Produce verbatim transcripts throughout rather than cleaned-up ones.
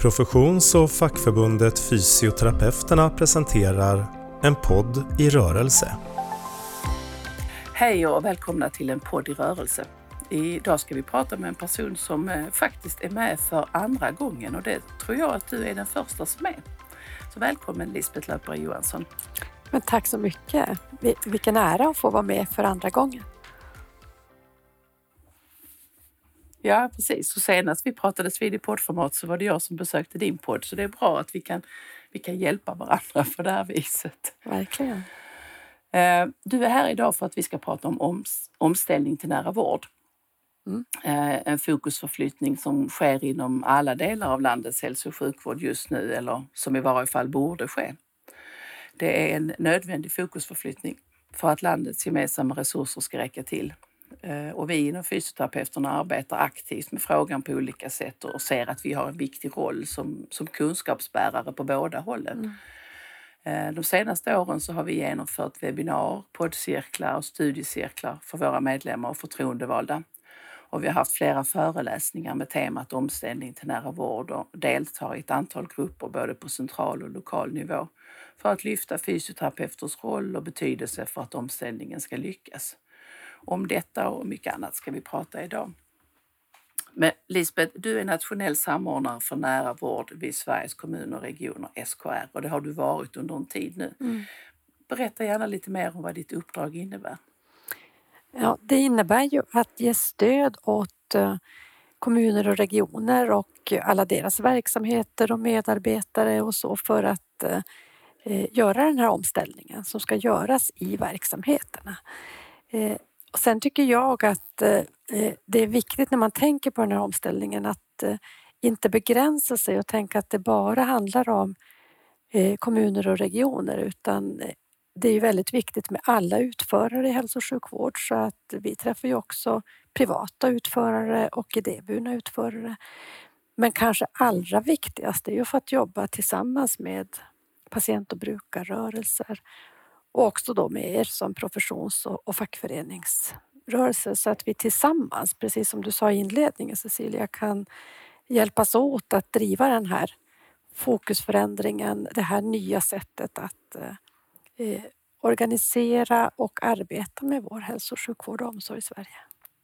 Professions- och fackförbundet Fysioterapeuterna presenterar En podd i rörelse. Hej och välkomna till En podd i rörelse. Idag ska vi prata med en person som eh, faktiskt är med för andra gången och det tror jag att du är den första som är. Så välkommen Lisbeth Löfberg Johansson. Men tack så mycket. Vilken ära att få vara med för andra gången. Ja, precis. Och senast vi pratades vid i poddformat så var det jag som besökte din podd. Så det är bra att vi kan, vi kan hjälpa varandra på det här viset. Verkligen. Du är här idag för att vi ska prata om oms- omställning till nära vård. Mm. En fokusförflyttning som sker inom alla delar av landets hälso- och sjukvård just nu, eller som i varje fall borde ske. Det är en nödvändig fokusförflyttning för att landets gemensamma resurser ska räcka till. Och vi inom fysioterapeuterna arbetar aktivt med frågan på olika sätt och ser att vi har en viktig roll som, som kunskapsbärare på båda hållen. Mm. De senaste åren så har vi genomfört webbinar, poddcirklar och studiecirklar för våra medlemmar och förtroendevalda. Och vi har haft flera föreläsningar med temat omställning till nära vård och deltar i ett antal grupper både på central och lokal nivå för att lyfta fysioterapeuters roll och betydelse för att omställningen ska lyckas. Om detta och mycket annat ska vi prata idag. Men Lisbeth, du är nationell samordnare för nära vård vid Sveriges kommuner och regioner, S K R, och det har du varit under en tid nu. Mm. Berätta gärna lite mer om vad ditt uppdrag innebär. Ja, det innebär ju att ge stöd åt kommuner och regioner och alla deras verksamheter och medarbetare och så för att eh, göra den här omställningen som ska göras i verksamheterna. Eh, och sen tycker jag att eh, det är viktigt när man tänker på den här omställningen att eh, inte begränsa sig och tänka att det bara handlar om eh, kommuner och regioner, utan eh, det är ju väldigt viktigt med alla utförare i hälso- och sjukvård, så att vi träffar ju också privata utförare och idéburna utförare. Men kanske allra viktigast är ju för att jobba tillsammans med patient- och brukarrörelser och också då med er som professions- och fackföreningsrörelse, så att vi tillsammans, precis som du sa i inledningen Cecilia, kan hjälpas åt att driva den här fokusförändringen, det här nya sättet att eh, organisera och arbeta med vår hälso- och sjukvård och omsorg i Sverige.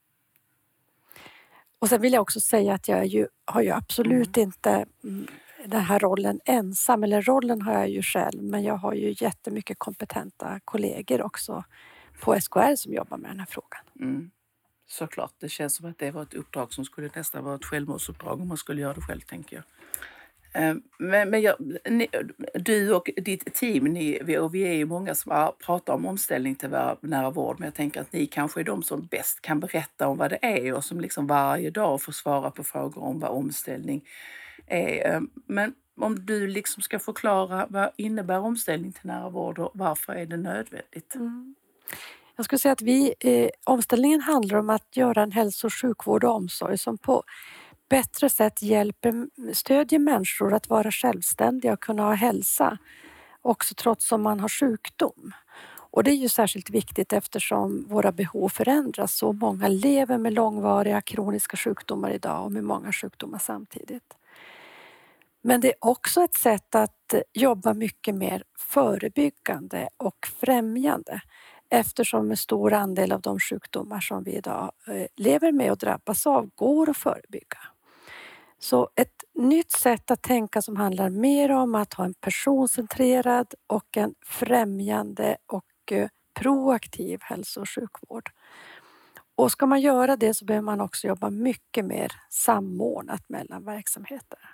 Och sen vill jag också säga att jag ju, har ju absolut mm. inte den här rollen ensam, eller rollen har jag ju själv, men jag har ju jättemycket kompetenta kollegor också på S K R som jobbar med den här frågan. Mm. Såklart, det känns som att det var ett uppdrag som skulle nästan vara ett självmordsuppdrag om man skulle göra det själv, tänker jag. Men, men jag, ni, du och ditt team, ni, och vi är ju många som pratar om omställning till nära vård, men jag tänker att ni kanske är de som bäst kan berätta om vad det är och som liksom varje dag får svara på frågor om vad omställning är. Men om du liksom ska förklara, vad innebär omställning till nära vård och varför är det nödvändigt? Mm. Jag skulle säga att vi, eh, omställningen handlar om att göra en hälso- och sjukvård och omsorg som på bättre sätt hjälper, stödjer människor att vara självständiga och kunna ha hälsa också trots om man har sjukdom. Och det är ju särskilt viktigt eftersom våra behov förändras. Så många lever med långvariga kroniska sjukdomar idag och med många sjukdomar samtidigt. Men det är också ett sätt att jobba mycket mer förebyggande och främjande, eftersom en stor andel av de sjukdomar som vi idag lever med och drabbas av går att förebygga. Så ett nytt sätt att tänka som handlar mer om att ha en personcentrerad och en främjande och proaktiv hälso- och sjukvård. Och ska man göra det så behöver man också jobba mycket mer samordnat mellan verksamheter.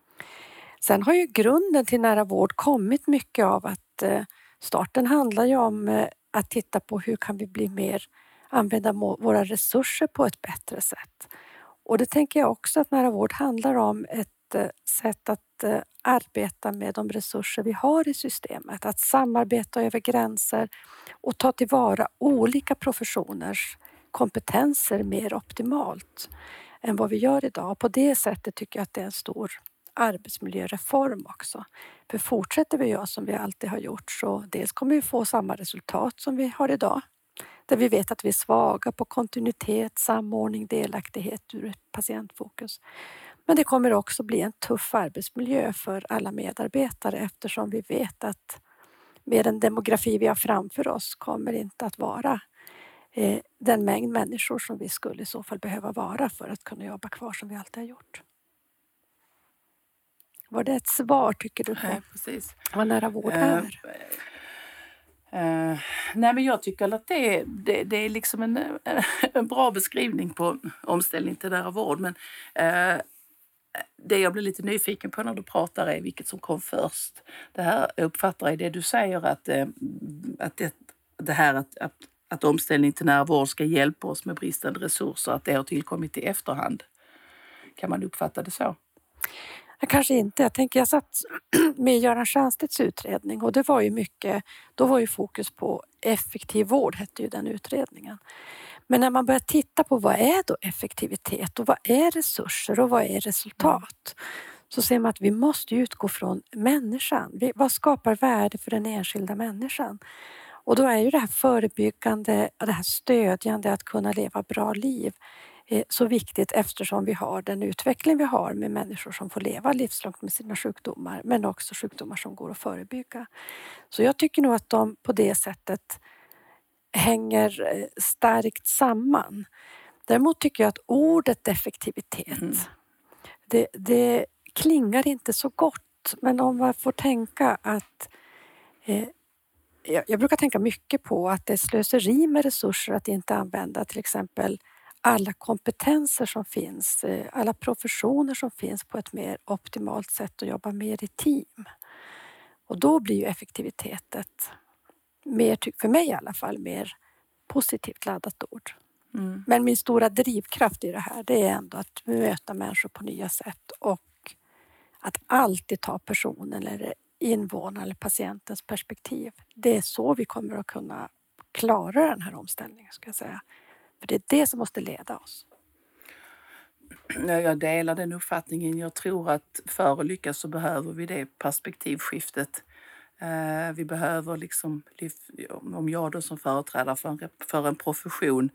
Sen har ju grunden till nära vård kommit mycket av att starten handlar ju om att titta på hur kan vi bli mer, använda våra resurser på ett bättre sätt. Och det tänker jag också att nära vård handlar om ett sätt att arbeta med de resurser vi har i systemet. Att samarbeta över gränser och ta tillvara olika professioners kompetenser mer optimalt än vad vi gör idag. På det sättet tycker jag att det är en stor arbetsmiljöreform också. För fortsätter vi göra som vi alltid har gjort så dels kommer vi få samma resultat som vi har idag. Där vi vet att vi är svaga på kontinuitet, samordning, delaktighet ur ett patientfokus. Men det kommer också bli en tuff arbetsmiljö för alla medarbetare eftersom vi vet att med den demografi vi har framför oss kommer inte att vara eh, den mängd människor som vi skulle i så fall behöva vara för att kunna jobba kvar som vi alltid har gjort. Var det ett svar tycker du på Nej, precis. vad nära vård Uh, är? uh, nej men jag tycker att det är, det, det är liksom en, en bra beskrivning på omställning till nära vård. Men uh, det jag blir lite nyfiken på när du pratar är vilket som kom först. Det här uppfattar jag det du säger att, uh, att det, det här att, att, att omställning till nära vård ska hjälpa oss med bristande resurser, att det har tillkommit i efterhand. Kan man uppfatta det så? Kanske inte. Jag tänker jag satt med Göran Stiernstedts utredning och det var ju mycket, då var ju fokus på effektiv vård hette ju den utredningen. Men när man börjar titta på vad är då effektivitet och vad är resurser och vad är resultat så ser man att vi måste utgå från människan. Vi, vad skapar värde för den enskilda människan? Och då är ju det här förebyggande, det här stödjande att kunna leva bra liv så viktigt eftersom vi har den utveckling vi har med människor som får leva livslångt med sina sjukdomar men också sjukdomar som går att förebygga. Så jag tycker nog att de på det sättet hänger starkt samman. Däremot tycker jag att ordet effektivitet mm. det, det klingar inte så gott, men om man får tänka att eh, jag, jag brukar tänka mycket på att det är slöseri med resurser att inte använda till exempel alla kompetenser som finns, alla professioner som finns på ett mer optimalt sätt och jobba mer i team. Och då blir ju effektivitetet, mer, för mig i alla fall, mer positivt laddat ord. Mm. Men min stora drivkraft i det här det är ändå att möta människor på nya sätt och att alltid ta personen eller invånaren eller patientens perspektiv. Det är så vi kommer att kunna klara den här omställningen, ska jag säga. För det är det som måste leda oss. Jag delar den uppfattningen. Jag tror att för att lyckas så behöver vi det perspektivskiftet. Vi behöver, liksom, om jag då som företrädare för en, för en profession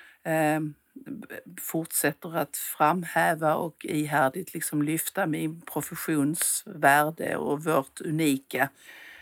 fortsätter att framhäva och ihärdigt liksom lyfta min professions värde och vårt unika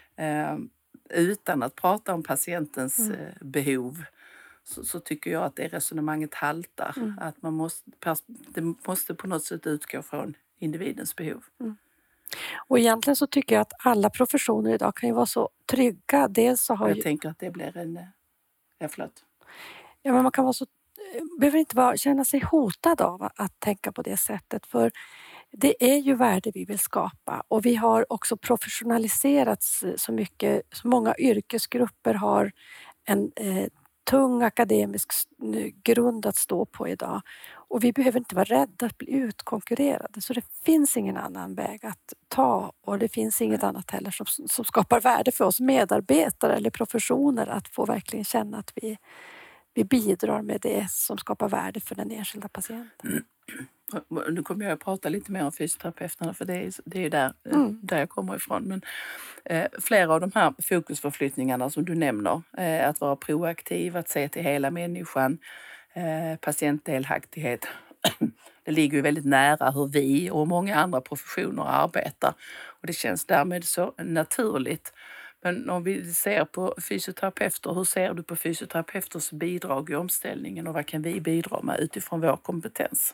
utan att prata om patientens mm. behov. Så, så tycker jag att det resonemanget haltar. Mm. Att man måste, det måste på något sätt utgå från individens behov. Mm. Och egentligen så tycker jag att alla professioner idag kan ju vara så trygga. Dels så har jag ju... tänker att det blir en... Ja, förlåt. Ja, men man kan vara så... behöver inte vara, känna sig hotad av att tänka på det sättet. För det är ju värde vi vill skapa. Och vi har också professionaliserats så mycket. Så många yrkesgrupper har en... Eh, tung akademisk grund att stå på idag. Och vi behöver inte vara rädda att bli utkonkurrerade. Så det finns ingen annan väg att ta. Och det finns inget annat heller som, som skapar värde för oss medarbetare eller professioner. Att få verkligen känna att vi, vi bidrar med det som skapar värde för den enskilda patienten. Mm. Nu kommer jag att prata lite mer om fysioterapeuterna för det är, det är där, mm. där jag kommer ifrån. Men eh, flera av de här fokusförflyttningarna som du nämner, eh, att vara proaktiv, att se till hela människan, eh, patientdelaktighet, det ligger ju väldigt nära hur vi och många andra professioner arbetar. Och det känns därmed så naturligt. Men om vi ser på fysioterapeuter, hur ser du på fysioterapeuters bidrag i omställningen och vad kan vi bidra med utifrån vår kompetens?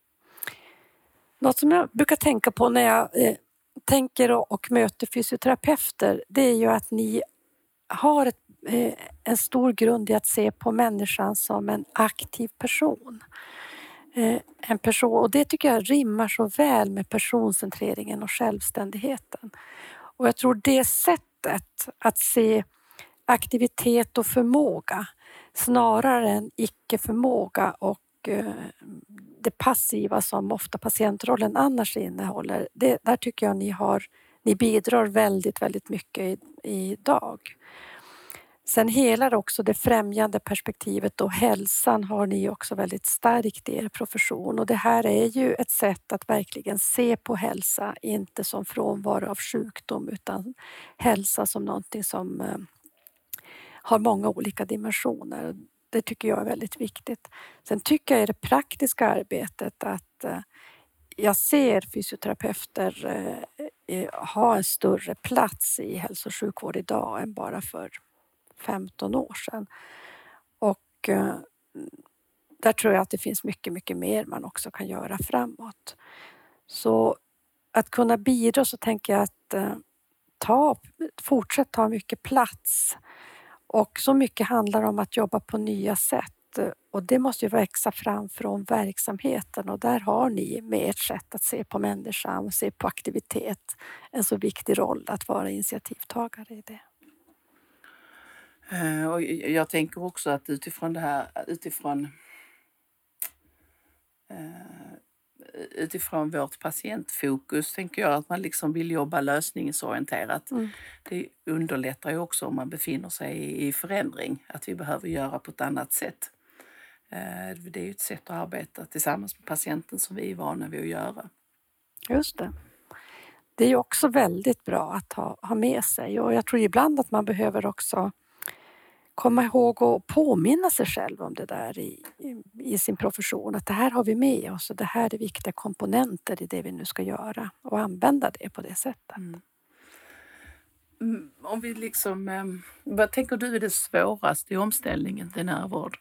Något som jag brukar tänka på när jag eh, tänker och, och möter fysioterapeuter, det är ju att ni har ett, eh, en stor grund i att se på människan som en aktiv person. Eh, en person. Och det tycker jag rimmar så väl med personcentreringen och självständigheten. Och jag tror det sättet att se aktivitet och förmåga snarare än icke-förmåga och det passiva som ofta patientrollen annars innehåller. Det, där tycker jag ni, har, ni bidrar väldigt, väldigt mycket idag. Sen hela också det främjande perspektivet och hälsan har ni också väldigt starkt i er profession. Och det här är ju ett sätt att verkligen se på hälsa, inte som frånvaro av sjukdom utan hälsa som någonting som eh, har många olika dimensioner. Det tycker jag är väldigt viktigt. Sen tycker jag i det praktiska arbetet att jag ser fysioterapeuter eh, ha en större plats i hälso- och sjukvård idag än bara för femton år sedan. Och eh, där tror jag att det finns mycket, mycket mer man också kan göra framåt. Så att kunna bidra, så tänker jag att eh, ta, fortsätt ta mycket plats. Och så mycket handlar om att jobba på nya sätt. Och det måste ju växa fram från verksamheten. Och där har ni med ert sätt att se på människan och se på aktivitet en så viktig roll att vara initiativtagare i det. Uh, och jag tänker också att utifrån det här, utifrån uh, utifrån vårt patientfokus tänker jag att man liksom vill jobba lösningsorienterat. Mm. Det underlättar ju också om man befinner sig i förändring, att vi behöver göra på ett annat sätt. Det är ju ett sätt att arbeta tillsammans med patienten som vi är vana vid att göra. Just det. Det är ju också väldigt bra att ha, ha med sig, och jag tror ibland att man behöver också komma ihåg och påminna sig själv om det där i, i, i sin profession. Att det här har vi med oss och det här är viktiga komponenter i det vi nu ska göra. Och använda det på det sättet. Mm. Om vi liksom, vad tänker du är det svåraste i omställningen till nära vård?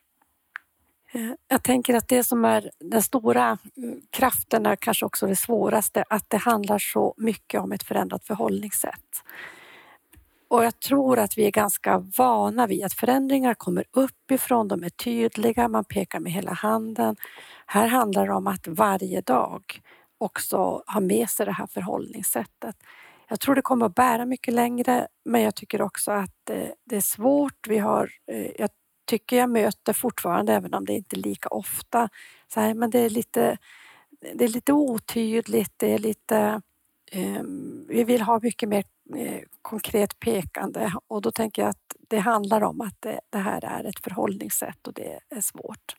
Jag tänker att det som är den stora kraften är kanske också det svåraste. Att det handlar så mycket om ett förändrat förhållningssätt. Och jag tror att vi är ganska vana vid att förändringar kommer uppifrån, de är tydliga, man pekar med hela handen. Här handlar det om att varje dag också ha med sig det här förhållningssättet. Jag tror det kommer att bära mycket längre, men jag tycker också att det är svårt. Vi har, jag tycker jag möter fortfarande, även om det inte är lika ofta, så här, men det är lite, det är lite otydligt, det är lite... Vi vill ha mycket mer konkret pekande, och då tänker jag att det handlar om att det, det här är ett förhållningssätt och det är svårt.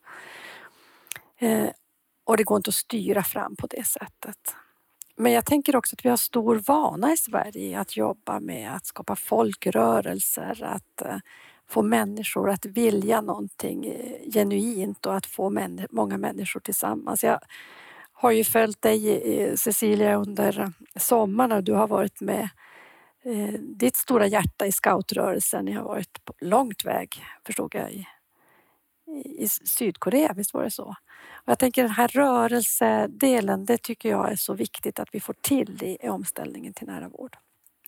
Och det går inte att styra fram på det sättet. Men jag tänker också att vi har stor vana i Sverige att jobba med att skapa folkrörelser, att få människor att vilja någonting genuint och att få män, många människor tillsammans. Jag har ju följt dig, Cecilia, under sommaren, och du har varit med eh, ditt stora hjärta i scoutrörelsen. Ni har varit på långt väg, förstod jag, i, i Sydkorea, visst var det så? Och jag tänker den här rörelsedelen, det tycker jag är så viktigt att vi får till i, i omställningen till nära vård.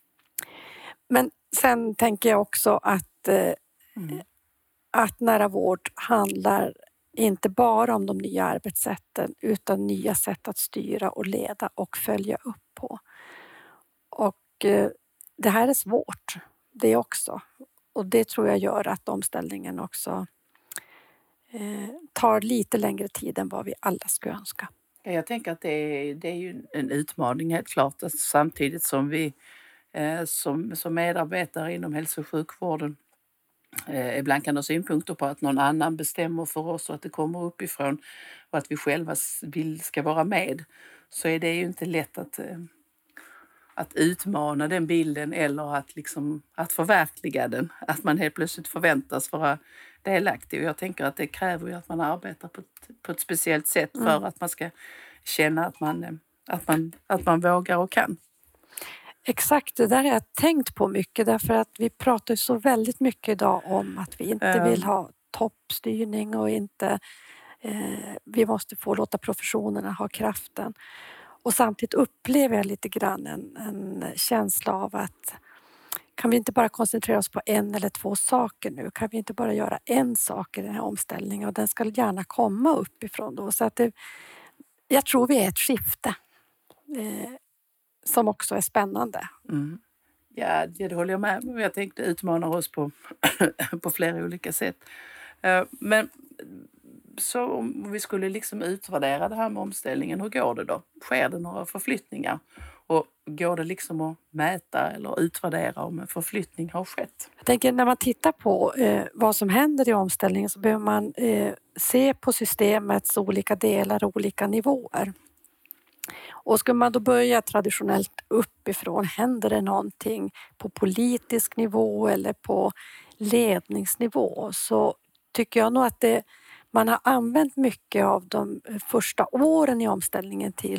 Men sen tänker jag också att, eh, mm. att nära vård handlar inte bara om de nya arbetssätten, utan nya sätt att styra och leda och följa upp på. Och eh, det här är svårt, det också. Och det tror jag gör att omställningen också eh, tar lite längre tid än vad vi alla skulle önska. Jag tänker att det är, det är ju en utmaning helt klart. Alltså, samtidigt som vi eh, som, som medarbetare inom hälso- och sjukvården Eh, ibland kan ha synpunkter på att någon annan bestämmer för oss och att det kommer uppifrån och att vi själva vill ska vara med, så är det ju inte lätt att, eh, att utmana den bilden eller att, liksom, att förverkliga den. Att man helt plötsligt förväntas vara delaktig. Och jag tänker att det kräver ju att man arbetar på ett, på ett speciellt sätt för mm. att man ska känna att man, att, man, att man vågar och kan. Exakt, det där har jag tänkt på mycket, därför att vi pratar så väldigt mycket idag om att vi inte vill ha toppstyrning och inte eh, vi måste få låta professionerna ha kraften. Och samtidigt upplever jag lite grann en, en känsla av att kan vi inte bara koncentrera oss på en eller två saker nu? Kan vi inte bara göra en sak i den här omställningen, och den ska gärna komma uppifrån då? Så att det, jag tror vi är ett skifte. Eh, som också är spännande. Mm. Ja, det håller jag med om. Jag tänkte utmana oss på, på flera olika sätt. Men så om vi skulle liksom utvärdera det här med omställningen, hur går det då? Sker det några förflyttningar? Och går det liksom att mäta eller utvärdera om en förflyttning har skett? Jag tänker när man tittar på eh, vad som händer i omställningen, så behöver man eh, se på systemets olika delar och olika nivåer. Och ska man då börja traditionellt uppifrån, händer det någonting på politisk nivå eller på ledningsnivå, så tycker jag nog att det, man har använt mycket av de första åren i omställningen till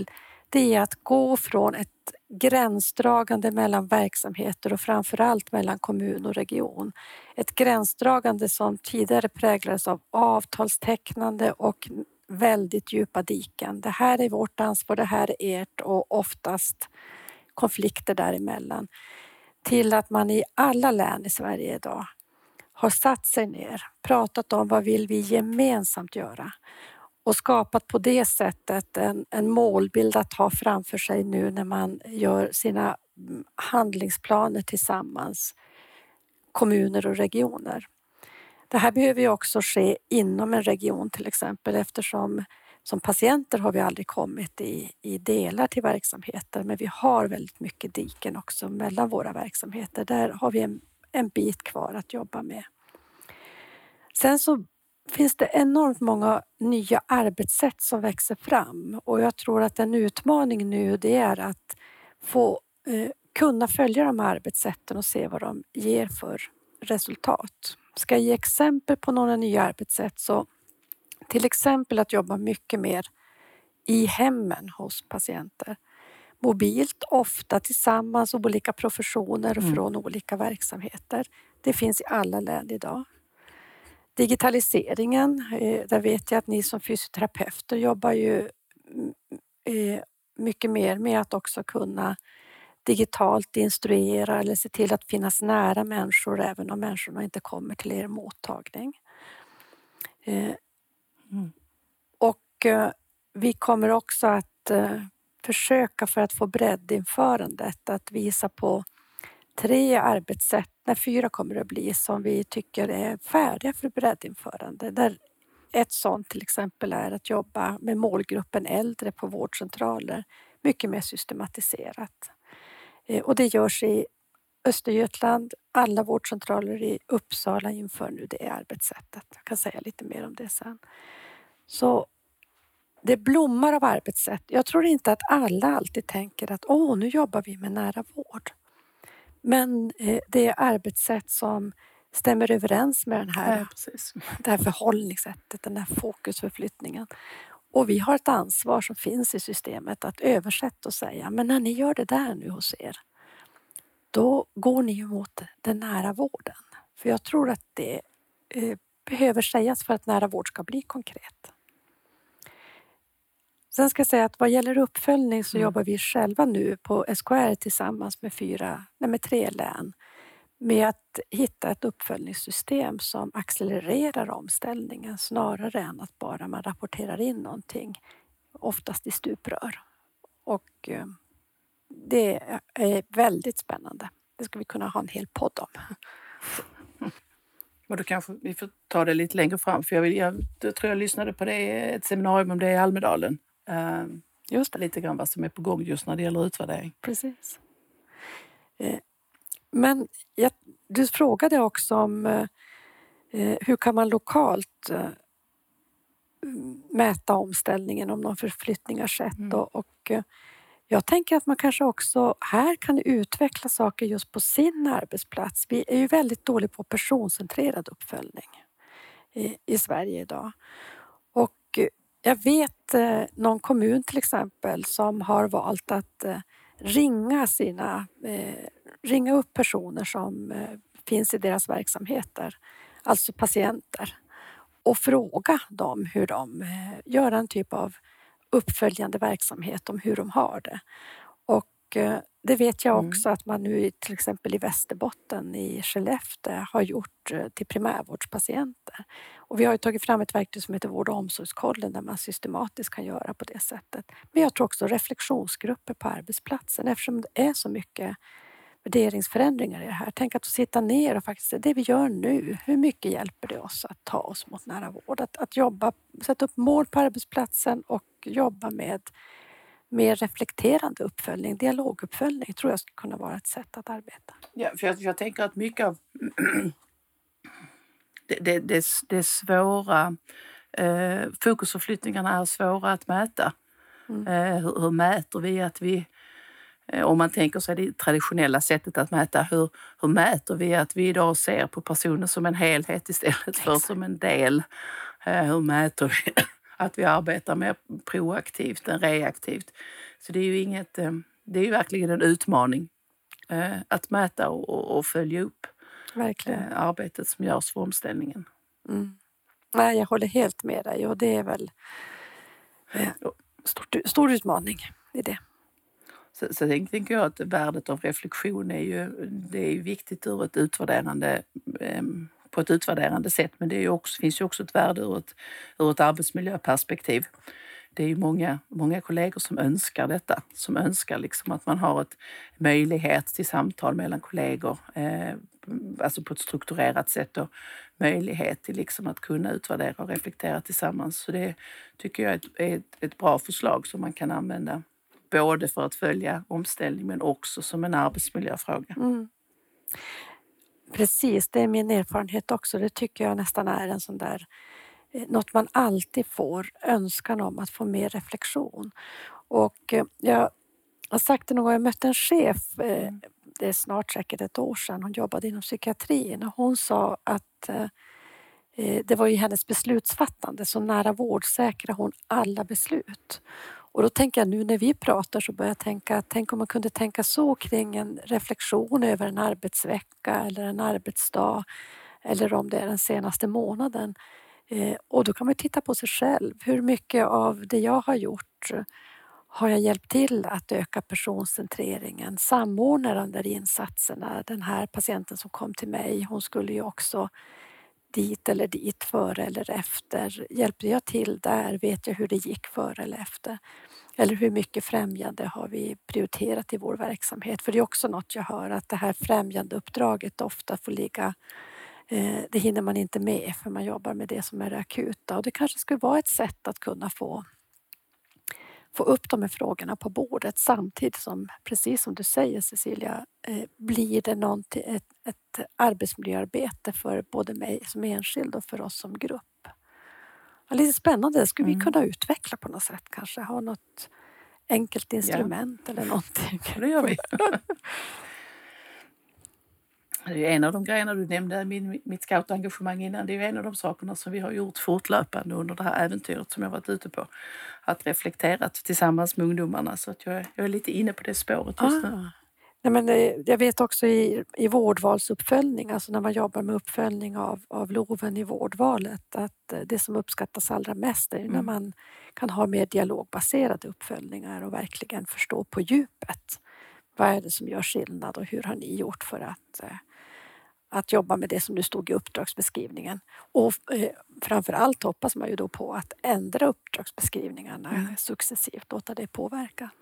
det är att gå från ett gränsdragande mellan verksamheter och framförallt mellan kommun och region. Ett gränsdragande som tidigare präglades av avtalstecknande och väldigt djupa diken. Det här är vårt ansvar, det här är ert och oftast konflikter däremellan. Till att man i alla län i Sverige idag har satt sig ner, pratat om vad vill vi gemensamt göra och skapat på det sättet en, en målbild att ha framför sig nu när man gör sina handlingsplaner tillsammans, kommuner och regioner. Det här behöver ju också ske inom en region till exempel, eftersom som patienter har vi aldrig kommit i, i delar till verksamheter, men vi har väldigt mycket diken också mellan våra verksamheter. Där har vi en, en bit kvar att jobba med. Sen så finns det enormt många nya arbetssätt som växer fram och jag tror att en utmaning nu det är att få eh, kunna följa de här arbetssätten och se vad de ger för resultat. Ska jag ge exempel på några nya arbetssätt så till exempel att jobba mycket mer i hemmen hos patienter. Mobilt, ofta tillsammans, olika professioner och från mm. olika verksamheter. Det finns i alla län idag. Digitaliseringen, där vet jag att ni som fysioterapeuter jobbar ju mycket mer med att också kunna digitalt instruera eller se till att finnas nära människor även om människorna inte kommer till er mottagning. Mm. Och vi kommer också att försöka för att få breddinförandet att visa på tre arbetssätt, när fyra kommer det att bli, som vi tycker är färdiga för breddinförande. Där ett sånt till exempel är att jobba med målgruppen äldre på vårdcentraler mycket mer systematiserat. Och det görs i Östergötland, alla vårdcentraler i Uppsala inför nu det arbetssättet. Jag kan säga lite mer om det sen. Så det blommar av arbetssätt. Jag tror inte att alla alltid tänker att åh, nu jobbar vi med nära vård. Men det är arbetssätt som stämmer överens med den här, ja, precis. det här förhållningssättet, den här fokusförflyttningen. Och vi har ett ansvar som finns i systemet att översätta och säga, men när ni gör det där nu hos er, då går ni ju mot den nära vården. För jag tror att det eh, behöver sägas för att nära vård ska bli konkret. Sen ska jag säga att vad gäller uppföljning så mm. jobbar vi själva nu på S K R tillsammans med fyra, nej med tre län med att hitta ett uppföljningssystem som accelererar omställningen snarare än att bara man rapporterar in någonting, oftast i stuprör. Och eh, det är väldigt spännande. Det ska vi kunna ha en hel podd om. Och då kanske vi får ta det lite längre fram, för jag, vill, jag, jag tror jag lyssnade på det, ett seminarium om det i Almedalen. Uh, just det. Lite grann vad som är på gång just när det gäller utvärdering. Precis. Eh, men jag, du frågade också om eh, hur kan man lokalt eh, mäta omställningen om någon förflyttning har skett. Mm. Och, och eh, jag tänker att man kanske också här kan utveckla saker just på sin arbetsplats. Vi är ju väldigt dåliga på personcentrerad uppföljning i, i Sverige idag. Och jag vet eh, någon kommun till exempel som har valt att eh, ringa sina, eh, ringa upp personer som eh, finns i deras verksamheter, alltså patienter, och fråga dem hur de eh, gör en typ av uppföljande verksamhet om hur de har det. Och eh, det vet jag också mm. att man nu till exempel i Västerbotten i Skellefteå har gjort eh, till primärvårdspatienter. Och vi har ju tagit fram ett verktyg som heter vård- och omsorgskollen där man systematiskt kan göra på det sättet. Men jag tror också reflektionsgrupper på arbetsplatsen, eftersom det är så mycket värderingsförändringar i det här. Tänk att sitta ner och faktiskt det vi gör nu, hur mycket hjälper det oss att ta oss mot nära vård? Att, att jobba, sätta upp mål på arbetsplatsen och jobba med mer reflekterande uppföljning, dialoguppföljning tror jag skulle kunna vara ett sätt att arbeta. Ja, för jag, jag tänker att mycket av det, det, det, det svåra, eh, fokusförflyttningarna är svåra att mäta. Mm. Eh, hur, hur mäter vi att vi, eh, om man tänker sig det traditionella sättet att mäta, hur, hur mäter vi att vi idag ser på personer som en helhet istället för Exakt. Som en del? Eh, hur mäter vi att vi arbetar mer proaktivt än reaktivt? Så det är ju inget, det är ju verkligen en utmaning att mäta och, och följa upp Verkligen. arbetet som görs för omställningen. Mm. Nej, jag håller helt med dig och det är väl eh, stor, stor utmaning i det. Så, så tänker jag att värdet av reflektion är ju, det är ju viktigt ur ett utvärderande, eh, på ett utvärderande sätt, men det är ju också, finns ju också ett värde ur ett, ur ett arbetsmiljöperspektiv. Det är ju många, många kollegor som önskar detta, som önskar liksom att man har ett möjlighet till samtal mellan kollegor, eh, alltså på ett strukturerat sätt och möjlighet till liksom att kunna utvärdera och reflektera tillsammans. Så det tycker jag är ett, är ett, ett bra förslag som man kan använda både för att följa omställning men också som en arbetsmiljöfråga. Mm. Precis, det är min erfarenhet också. Det tycker jag nästan är en sån där, något man alltid får önskan om att få mer reflektion. Och jag har sagt det någon gång, jag mötte en chef, mm. det är snart säkert ett år sedan, hon jobbade inom psykiatrin och hon sa att det var ju hennes beslutsfattande, så nära vård säkrar hon alla beslut. Och då tänker jag nu när vi pratar så börjar jag tänka, tänk om man kunde tänka så kring en reflektion över en arbetsvecka eller en arbetsdag eller om det är den senaste månaden. Eh, och då kan man titta på sig själv. Hur mycket av det jag har gjort har jag hjälpt till att öka personcentreringen, samordna de där insatserna. Den här patienten som kom till mig, hon skulle ju också dit eller dit, före eller efter. Hjälpte jag till där? Vet jag hur det gick före eller efter? Eller hur mycket främjande har vi prioriterat i vår verksamhet? För det är också något jag hör, att det här främjande uppdraget ofta får ligga, eh, det hinner man inte med för man jobbar med det som är det akuta. Och det kanske skulle vara ett sätt att kunna få få upp de här frågorna på bordet samtidigt som, precis som du säger Cecilia, eh, blir det någonting, ett, ett arbetsmiljöarbete för både mig som enskild och för oss som grupp. Ja, lite spännande, det skulle mm. vi kunna utveckla på något sätt, kanske ha något enkelt instrument ja. eller någonting. Det gör vi. Det är en av de grejerna du nämnde, min, mitt scoutengagemang innan, det är en av de sakerna som vi har gjort fortlöpande under det här äventyret som jag varit ute på. Att reflektera tillsammans med ungdomarna, så att jag, jag är lite inne på det spåret just ah. nu. Nej, men jag vet också i, i vårdvalsuppföljning, alltså när man jobbar med uppföljning av, av loven i vårdvalet, att det som uppskattas allra mest är mm. när man kan ha mer dialogbaserade uppföljningar och verkligen förstå på djupet. Vad är det som gör skillnad och hur har ni gjort för att att jobba med det som nu stod i uppdragsbeskrivningen. Och eh, framför allt hoppas man ju då på att ändra uppdragsbeskrivningarna mm. successivt, låta det påverka.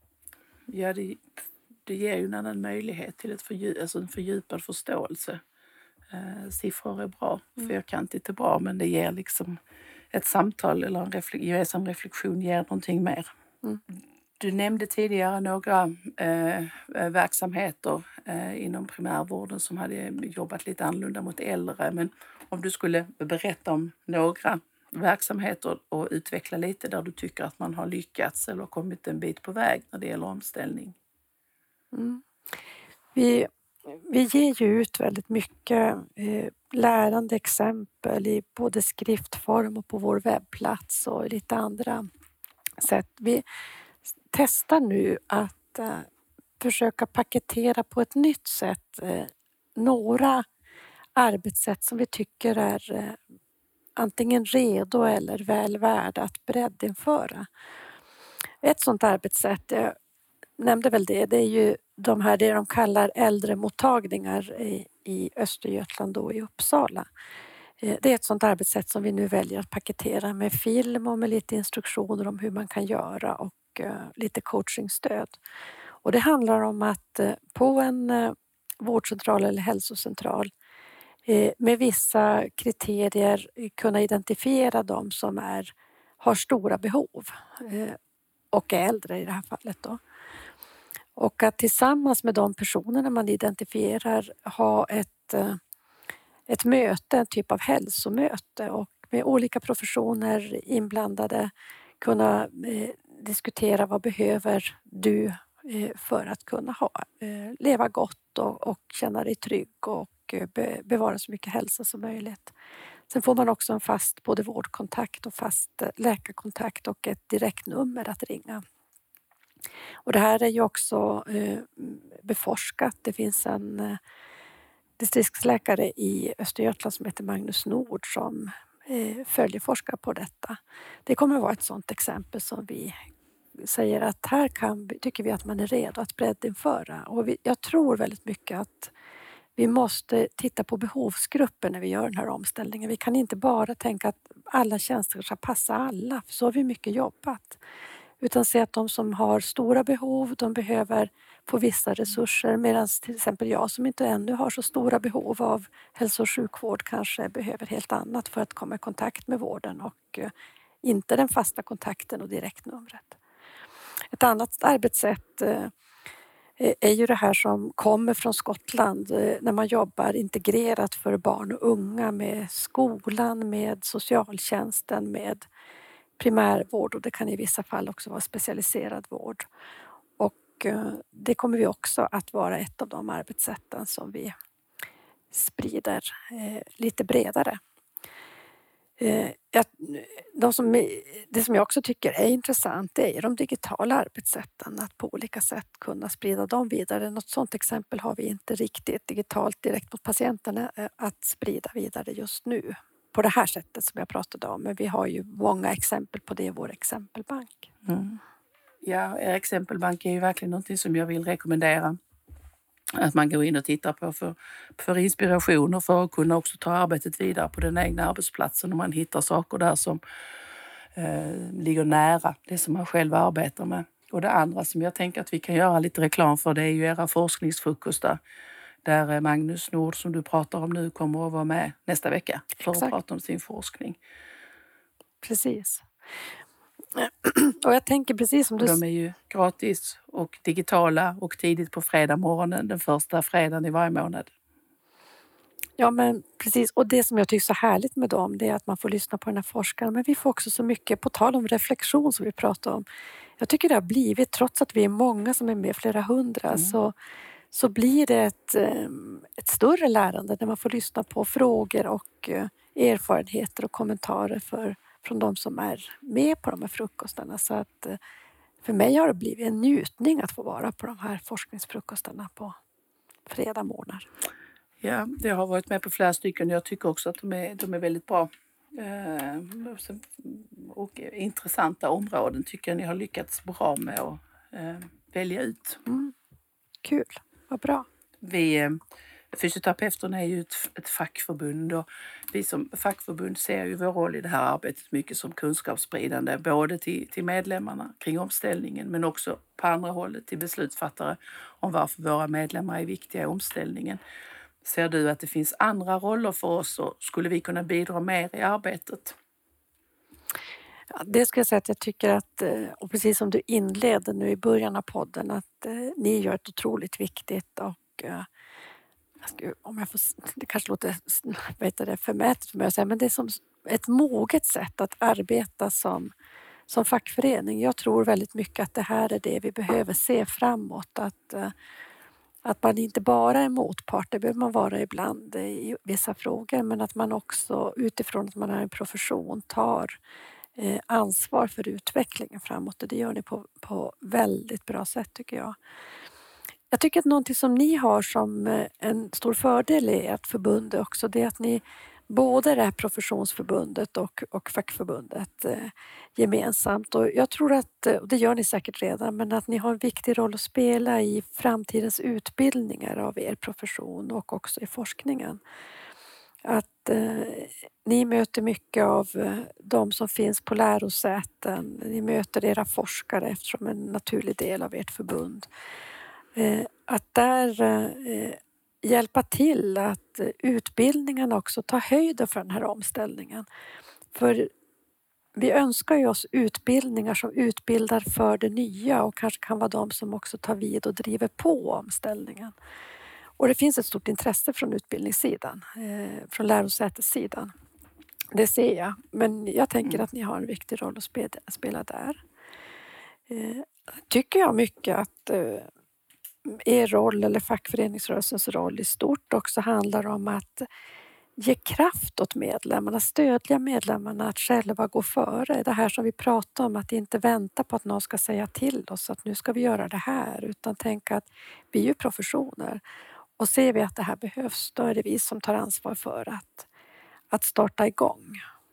Ja, det, det ger ju en annan möjlighet till ett fördjup, alltså en fördjupad förståelse. Eh, siffror är bra, mm. fyrkantigt är bra, men det ger liksom ett samtal eller en reflektion, reflektion ger någonting mer. Mm. Du nämnde tidigare några eh, verksamheter eh, inom primärvården som hade jobbat lite annorlunda mot äldre. Men om du skulle berätta om några verksamheter och utveckla lite där du tycker att man har lyckats eller kommit en bit på väg när det gäller omställning. Mm. Vi, vi ger ju ut väldigt mycket eh, lärande exempel i både skriftform och på vår webbplats och lite andra sätt. Vi testar nu att eh, försöka paketera på ett nytt sätt eh, några arbetssätt som vi tycker är eh, antingen redo eller väl värda att breddinföra. Ett sådant arbetssätt, jag nämnde väl det, det är ju de här, det de kallar äldremottagningar i, i Östergötland och i Uppsala. Det är ett sådant arbetssätt som vi nu väljer att paketera med film och med lite instruktioner om hur man kan göra och lite coachingstöd. Och det handlar om att på en vårdcentral eller hälsocentral med vissa kriterier kunna identifiera de som är, har stora behov och är äldre i det här fallet då. Och att tillsammans med de personerna man identifierar ha ett, ett möte, en typ av hälsomöte och med olika professioner inblandade kunna eh, diskutera vad behöver du eh, för att kunna ha, eh, leva gott och, och känna dig trygg och eh, be, bevara så mycket hälsa som möjligt. Sen får man också en fast både vårdkontakt och fast läkarkontakt och ett direktnummer att ringa. Och det här är ju också eh, beforskat. Det finns en eh, distriktsläkare i Östergötland som heter Magnus Nord som eh, följeforskar på detta. Det kommer att vara ett sådant exempel som vi säger att här kan, tycker vi att man är redo att breddinföra. Och vi, jag tror väldigt mycket att vi måste titta på behovsgrupper när vi gör den här omställningen. Vi kan inte bara tänka att alla tjänster ska passa alla, för så har vi mycket jobbat. Utan se att de som har stora behov, de behöver få vissa resurser, medan till exempel jag som inte ännu har så stora behov av hälso- och sjukvård kanske behöver helt annat för att komma i kontakt med vården och inte den fasta kontakten och direktnumret. Ett annat arbetssätt är ju det här som kommer från Skottland när man jobbar integrerat för barn och unga med skolan, med socialtjänsten, med primärvård och det kan i vissa fall också vara specialiserad vård. Och det kommer vi också att vara ett av de arbetssätten som vi sprider lite bredare. De som, det som jag också tycker är intressant är de digitala arbetssätten, att på olika sätt kunna sprida dem vidare. Något sådant exempel har vi inte riktigt digitalt direkt mot patienterna att sprida vidare just nu på det här sättet som jag pratade om, men vi har ju många exempel på det i vår exempelbank. Mm. Ja, er exempelbank är ju verkligen någonting som jag vill rekommendera att man går in och tittar på för, för inspiration och för att kunna också ta arbetet vidare på den egna arbetsplatsen om man hittar saker där som eh, ligger nära det som man själv arbetar med. Och det andra som jag tänker att vi kan göra lite reklam för, det är ju era forskningsfrukostar där Magnus Nord som du pratar om nu kommer att vara med nästa vecka för Exakt. att prata om sin forskning. Precis. Och jag tänker precis som du... De är ju gratis och digitala och tidigt på fredag morgonen, den första fredagen i varje månad. Ja men precis, och det som jag tycker är så härligt med dem det är att man får lyssna på den här forskaren, men vi får också så mycket, på tal om reflektion som vi pratar om. Jag tycker det har blivit, trots att vi är många som är med, flera hundra, mm. så, så blir det ett, ett större lärande när man får lyssna på frågor och erfarenheter och kommentarer för, från de som är med på de här frukostarna. Så att för mig har det blivit en njutning att få vara på de här forskningsfrukostarna på fredag morgnar. Ja, jag har varit med på flera stycken. Jag tycker också att de är, de är väldigt bra eh, och intressanta områden tycker jag ni har lyckats bra med att eh, välja ut. Mm. Kul, vad bra. Vi, eh, fysioterapeuterna är ju ett, ett fackförbund och vi som fackförbund ser ju vår roll i det här arbetet mycket som kunskapsspridande, både till, till medlemmarna kring omställningen men också på andra hållet till beslutsfattare om varför våra medlemmar är viktiga i omställningen. Ser du att det finns andra roller för oss och skulle vi kunna bidra mer i arbetet? Ja, det ska jag säga att jag tycker att, och precis som du inledde nu i början av podden, att ni gör ett otroligt viktigt och om jag får, det kanske låter vet det, förmätet för mig att säga, men det är som ett moget sätt att arbeta som, som fackförening. Jag tror väldigt mycket att det här är det vi behöver se framåt, att Att man inte bara är motpart, det behöver man vara ibland i vissa frågor, men att man också utifrån att man är en profession tar ansvar för utvecklingen framåt, och det gör ni på, på väldigt bra sätt tycker jag. Jag tycker att någonting som ni har som en stor fördel i ert förbund också, det är att ni både det här professionsförbundet och, och fackförbundet eh, gemensamt. Och jag tror att, och det gör ni säkert redan, men att ni har en viktig roll att spela i framtidens utbildningar av er profession och också i forskningen. Att eh, ni möter mycket av eh, de som finns på lärosäten, ni möter era forskare eftersom en naturlig del av ert förbund. Eh, att där eh, hjälpa till att utbildningarna också tar höjd för den här omställningen. För vi önskar ju oss utbildningar som utbildar för det nya och kanske kan vara de som också tar vid och driver på omställningen. Och det finns ett stort intresse från utbildningssidan, eh, från lärosätessidan. Det ser jag, men jag tänker att ni har en viktig roll att spela, spela där. Eh, tycker jag mycket att eh, er roll eller fackföreningsrörelsens roll i stort också handlar om att ge kraft åt medlemmarna, stödja medlemmarna att själva gå före. Det här som vi pratar om, att inte vänta på att någon ska säga till oss att nu ska vi göra det här, utan tänka att vi är ju professioner och ser vi att det här behövs, då är det vi som tar ansvar för att, att starta igång.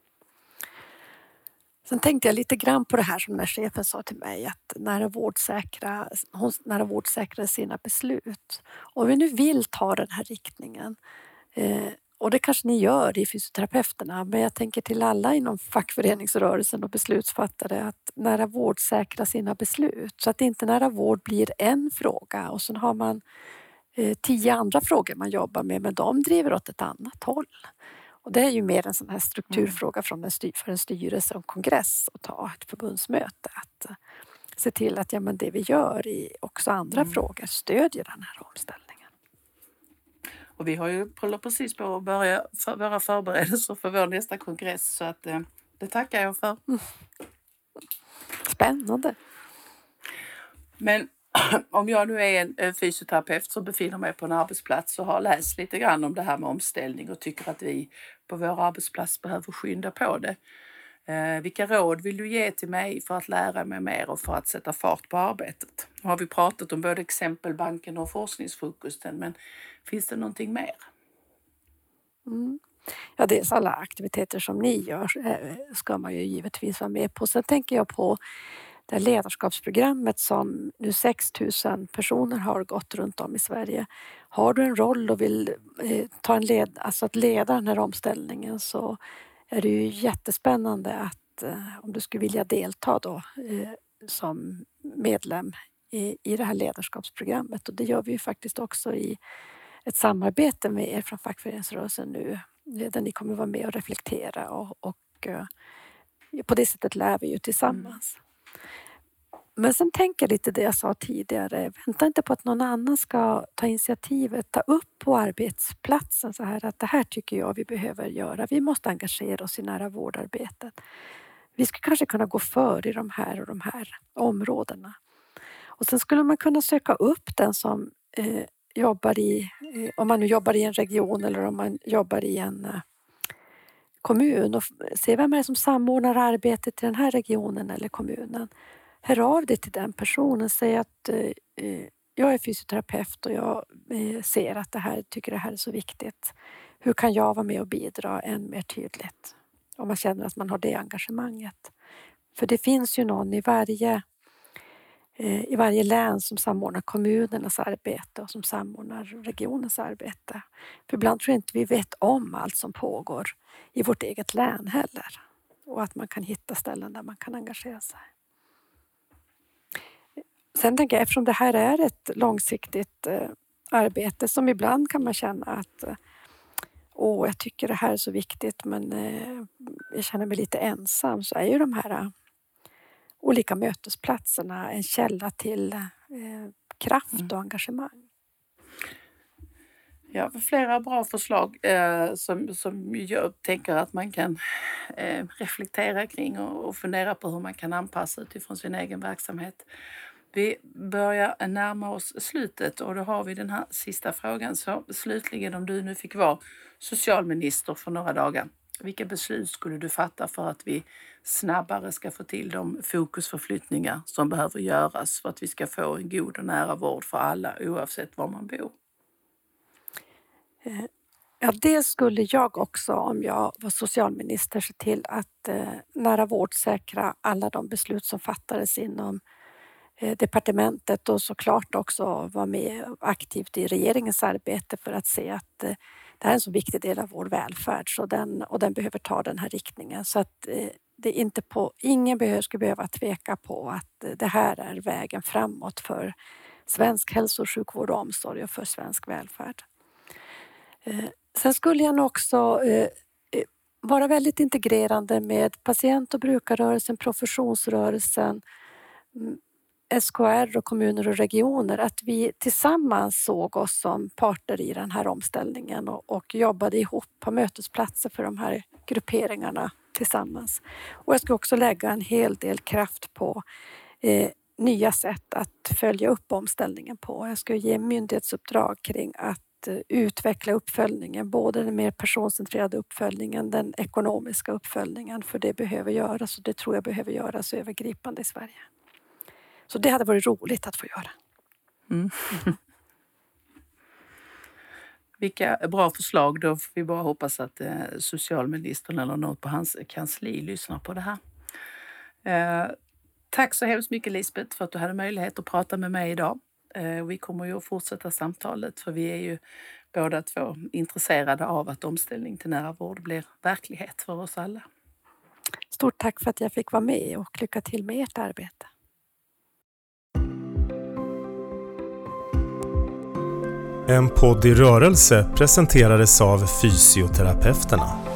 Sen tänkte jag lite grann på det här som när chefen sa till mig, att nära vårdsäkra, hon nära vårdsäkrar sina beslut. Och vi nu vill ta den här riktningen, eh, och det kanske ni gör i fysioterapeuterna, men jag tänker till alla inom fackföreningsrörelsen och beslutsfattare att nära vårdsäkra sina beslut. Så att inte nära vård blir en fråga och sen har man eh, tio andra frågor man jobbar med, men de driver åt ett annat håll. Och det är ju mer en sån här strukturfråga från en styr, för en styrelse och kongress att ta ett förbundsmöte. Att uh, se till att ja, men det vi gör i också andra mm. frågor stödjer den här omställningen. Och vi har ju precis på att börja för våra förberedelser för vår nästa kongress, så att uh, det tackar jag för. Mm. Spännande. Men om jag nu är en fysioterapeut som befinner mig på en arbetsplats och har läst lite grann om det här med omställning och tycker att vi på vår arbetsplats behöver skynda på det. Eh, vilka råd vill du ge till mig för att lära mig mer och för att sätta fart på arbetet? Nu har vi pratat om både exempelbanken och forskningsfokusen, men finns det någonting mer? Mm. Ja, dels alla aktiviteter som ni gör ska man ju givetvis vara med på. Sen tänker jag på det ledarskapsprogrammet som nu sex tusen personer har gått runt om i Sverige. Har du en roll och vill eh, ta en led, alltså att leda den här omställningen, så är det ju jättespännande att eh, om du skulle vilja delta då eh, som medlem i, i det här ledarskapsprogrammet. Och det gör vi ju faktiskt också i ett samarbete med er från fackföreningsrörelsen nu, där ni kommer vara med och reflektera och, och eh, på det sättet lär vi ju tillsammans. Mm. Men sen tänker jag lite det jag sa tidigare. Vänta inte på att någon annan ska ta initiativet. Ta upp på arbetsplatsen så här att det här tycker jag vi behöver göra. Vi måste engagera oss i nära vårdarbetet. Vi ska kanske kunna gå före i de här och de här områdena. Och sen skulle man kunna söka upp den som eh, jobbar i, eh, om man nu jobbar i en region eller om man jobbar i en eh, kommun, och se vem är det som samordnar arbetet i den här regionen eller kommunen. Hör av dig till den personen, säg att eh, jag är fysioterapeut och jag eh, ser att det här, tycker det här är så viktigt. Hur kan jag vara med och bidra än mer tydligt? Om man känner att man har det engagemanget. För det finns ju någon i varje, eh, i varje län som samordnar kommunernas arbete och som samordnar regionens arbete. För ibland tror jag inte vi vet om allt som pågår i vårt eget län heller. Och att man kan hitta ställen där man kan engagera sig. Sen tänker jag, eftersom det här är ett långsiktigt eh, arbete som ibland kan man känna att eh, åh, jag tycker det här är så viktigt, men eh, jag känner mig lite ensam, så är ju de här eh, olika mötesplatserna en källa till eh, kraft och engagemang. Ja, flera bra förslag eh, som, som jag tänker att man kan eh, reflektera kring och, och fundera på hur man kan anpassa utifrån sin egen verksamhet. Vi börjar närma oss slutet och då har vi den här sista frågan. Så slutligen, om du nu fick vara socialminister för några dagar, vilka beslut skulle du fatta för att vi snabbare ska få till de fokusförflyttningar som behöver göras för att vi ska få en god och nära vård för alla oavsett var man bor? Ja, det skulle jag också, om jag var socialminister, se till att eh, nära vårdsäkra alla de beslut som fattades inom eh, departementet, och såklart också vara med aktivt i regeringens arbete för att se att eh, det här är en så viktig del av vår välfärd, så den, och den behöver ta den här riktningen. Så att eh, det inte på, ingen behöver, ska behöva tveka på att eh, det här är vägen framåt för svensk hälso- och sjukvård och omsorg och för svensk välfärd. Eh, sen skulle jag nog också eh, vara väldigt integrerande med patient- och brukarrörelsen, professionsrörelsen, S K R och kommuner och regioner. Att vi tillsammans såg oss som parter i den här omställningen och, och jobbade ihop på mötesplatser för de här grupperingarna tillsammans. Och jag ska också lägga en hel del kraft på eh, nya sätt att följa upp omställningen på. Jag ska ge myndighetsuppdrag kring att att utveckla uppföljningen, både den mer personcentrerade uppföljningen, den ekonomiska uppföljningen, för det behöver göras och det tror jag behöver göras övergripande i Sverige. Så det hade varit roligt att få göra. Mm. Vilka bra förslag. Då får vi bara hoppas att eh, socialministern eller något på hans kansli lyssnar på det här. Eh, tack så hemskt mycket Lisbeth för att du hade möjlighet att prata med mig idag. Eh, vi kommer ju att fortsätta samtalet för vi är ju båda två intresserade av att omställning till nära vård blir verklighet för oss alla. Stort tack för att jag fick vara med och lycka till med ert arbete. En podd i rörelse presenterades av Fysioterapeuterna.